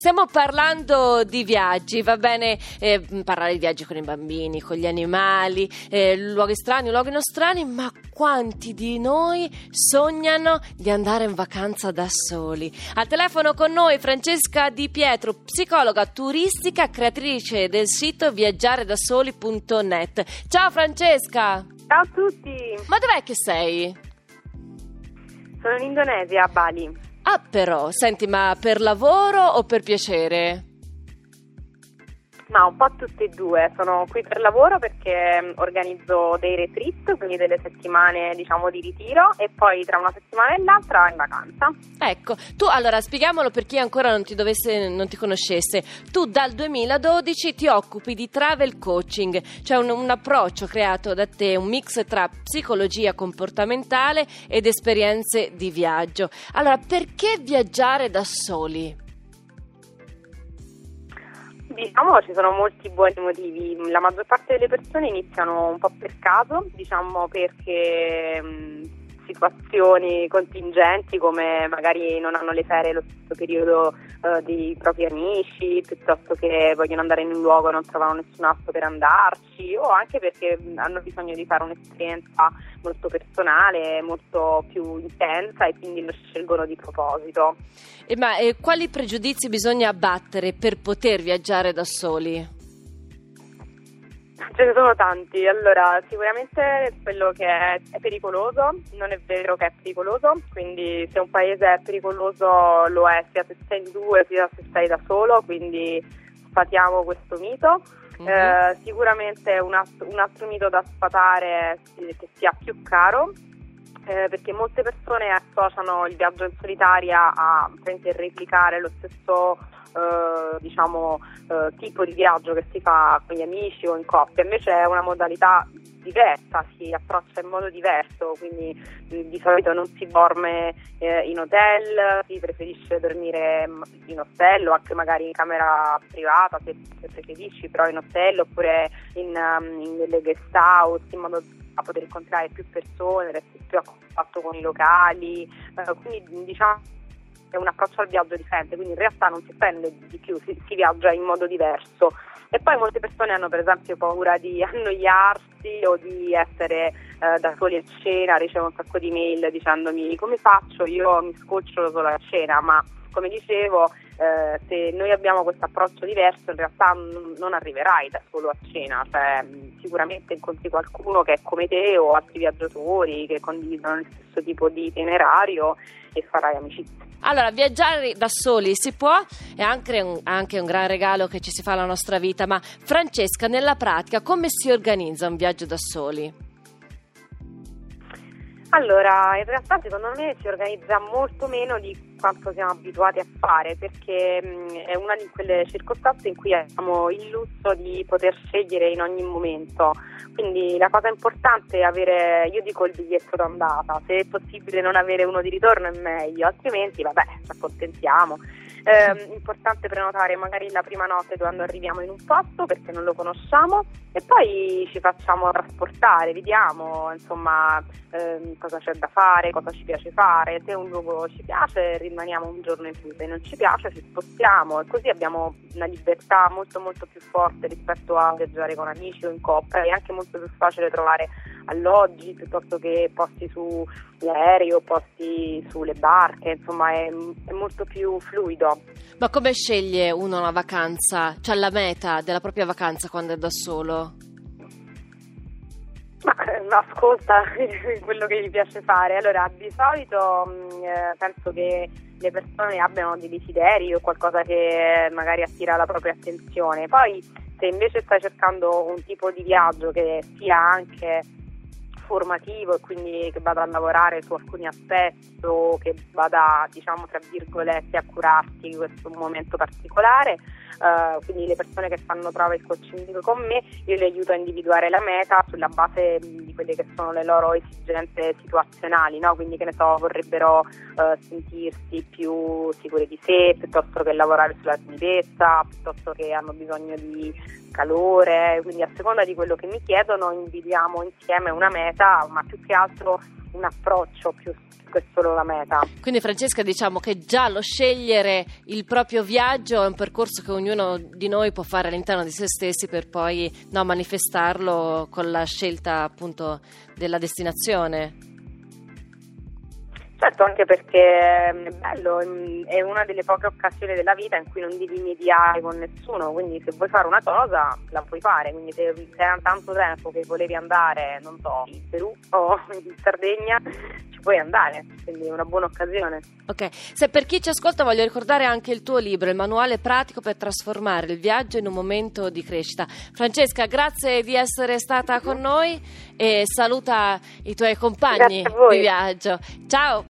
Stiamo parlando di viaggi, va bene parlare di viaggi con i bambini, con gli animali, luoghi strani, luoghi non strani, ma quanti di noi sognano di andare in vacanza da soli? Al telefono con noi Francesca Di Pietro, psicologa turistica, creatrice del sito viaggiaredasoli.net. Ciao Francesca! Ciao a tutti! Ma dov'è che sei? Sono in Indonesia, a Bali. Ah, però, senti, ma per lavoro o per piacere? Ma un po' tutte e due. Sono qui per lavoro perché organizzo dei retreat, quindi delle settimane di ritiro, e poi tra una settimana e l'altra in vacanza. Ecco, tu allora spieghiamolo per chi ancora non ti conoscesse. Tu dal 2012 ti occupi di travel coaching, cioè un approccio creato da te, un mix tra psicologia comportamentale ed esperienze di viaggio. Allora, perché viaggiare da soli? Diciamo ci sono molti buoni motivi. La maggior parte delle persone iniziano un po' per caso, perché situazioni contingenti, come magari non hanno le ferie lo stesso periodo dei propri amici, piuttosto che vogliono andare in un luogo e non trovano nessun altro per andarci, o anche perché hanno bisogno di fare un'esperienza molto personale, molto più intensa, e quindi lo scelgono di proposito. Ma quali pregiudizi bisogna abbattere per poter viaggiare da soli? Ce ne sono tanti. Allora, sicuramente quello che è pericoloso. Non è vero che è pericoloso, quindi se un paese è pericoloso lo è sia se sei in due sia se sei da solo, quindi sfatiamo questo mito. Sicuramente un altro mito da sfatare è che sia più caro, perché molte persone associano il viaggio in solitaria a replicare lo stesso tipo di viaggio che si fa con gli amici o in coppia. Invece è una modalità diversa, si approccia in modo diverso, quindi di solito non si dorme in hotel, si preferisce dormire in hotel o anche magari in camera privata se preferisci, però in hotel oppure in delle guest house, in modo a poter incontrare più persone, restare più a contatto con i locali, quindi diciamo è un approccio al viaggio differente, quindi in realtà non si spende di più, si viaggia in modo diverso. E poi molte persone hanno per esempio paura di annoiarsi o di essere da soli a cena. Ricevo un sacco di mail dicendomi: come faccio, io mi scoccio solo a cena, ma come dicevo, se noi abbiamo questo approccio diverso in realtà non arriverai da solo a cena, cioè sicuramente incontri qualcuno che è come te o altri viaggiatori che condividono il stesso tipo di itinerario e farai amicizia. Allora, viaggiare da soli si può, è anche un gran regalo che ci si fa alla nostra vita, ma Francesca, nella pratica come si organizza un viaggio da soli? Allora, in realtà secondo me si organizza molto meno di quanto siamo abituati a fare, perché è una di quelle circostanze in cui abbiamo il lusso di poter scegliere in ogni momento. Quindi la cosa importante è avere, io dico, il biglietto d'andata. Se è possibile non avere uno di ritorno è meglio, altrimenti vabbè, ci accontentiamo. Importante prenotare magari la prima notte quando arriviamo in un posto, perché non lo conosciamo, e poi ci facciamo trasportare, vediamo insomma cosa c'è da fare, cosa ci piace fare. Se un luogo ci piace rimaniamo un giorno in più, se non ci piace ci spostiamo, e così abbiamo una libertà molto molto più forte rispetto a viaggiare con amici o in coppia. È anche molto più facile trovare alloggi piuttosto che posti sugli aerei o posti sulle barche, insomma è molto più fluido. Ma come sceglie uno una vacanza, cioè la meta della propria vacanza quando è da solo? Ma ascolta quello che gli piace fare. Allora, di solito penso che le persone abbiano dei desideri o qualcosa che magari attira la propria attenzione. Poi se invece stai cercando un tipo di viaggio che sia anche formativo e quindi che vada a lavorare su alcuni aspetti o che vada, diciamo, tra virgolette, a curarti in questo momento particolare, quindi le persone che fanno travel coaching con me, io le aiuto a individuare la meta sulla base di quelle che sono le loro esigenze situazionali, no? Quindi, che ne so, vorrebbero sentirsi più sicure di sé, piuttosto che lavorare sulla timidezza, piuttosto che hanno bisogno di calore. Quindi a seconda di quello che mi chiedono individuiamo insieme una meta, ma più che altro un approccio più che solo la meta. Quindi Francesca, diciamo che già lo scegliere il proprio viaggio è un percorso che ognuno di noi può fare all'interno di se stessi per poi manifestarlo con la scelta appunto della destinazione. Certo, anche perché è bello, è una delle poche occasioni della vita in cui non devi mediare con nessuno, quindi se vuoi fare una cosa la puoi fare, quindi se era tanto tempo che volevi andare, non so, in Perù o in Sardegna, ci puoi andare, quindi è una buona occasione. Ok, se per chi ci ascolta voglio ricordare anche il tuo libro, il manuale pratico per trasformare il viaggio in un momento di crescita. Francesca, grazie di essere stata con noi e saluta i tuoi compagni di viaggio. Ciao!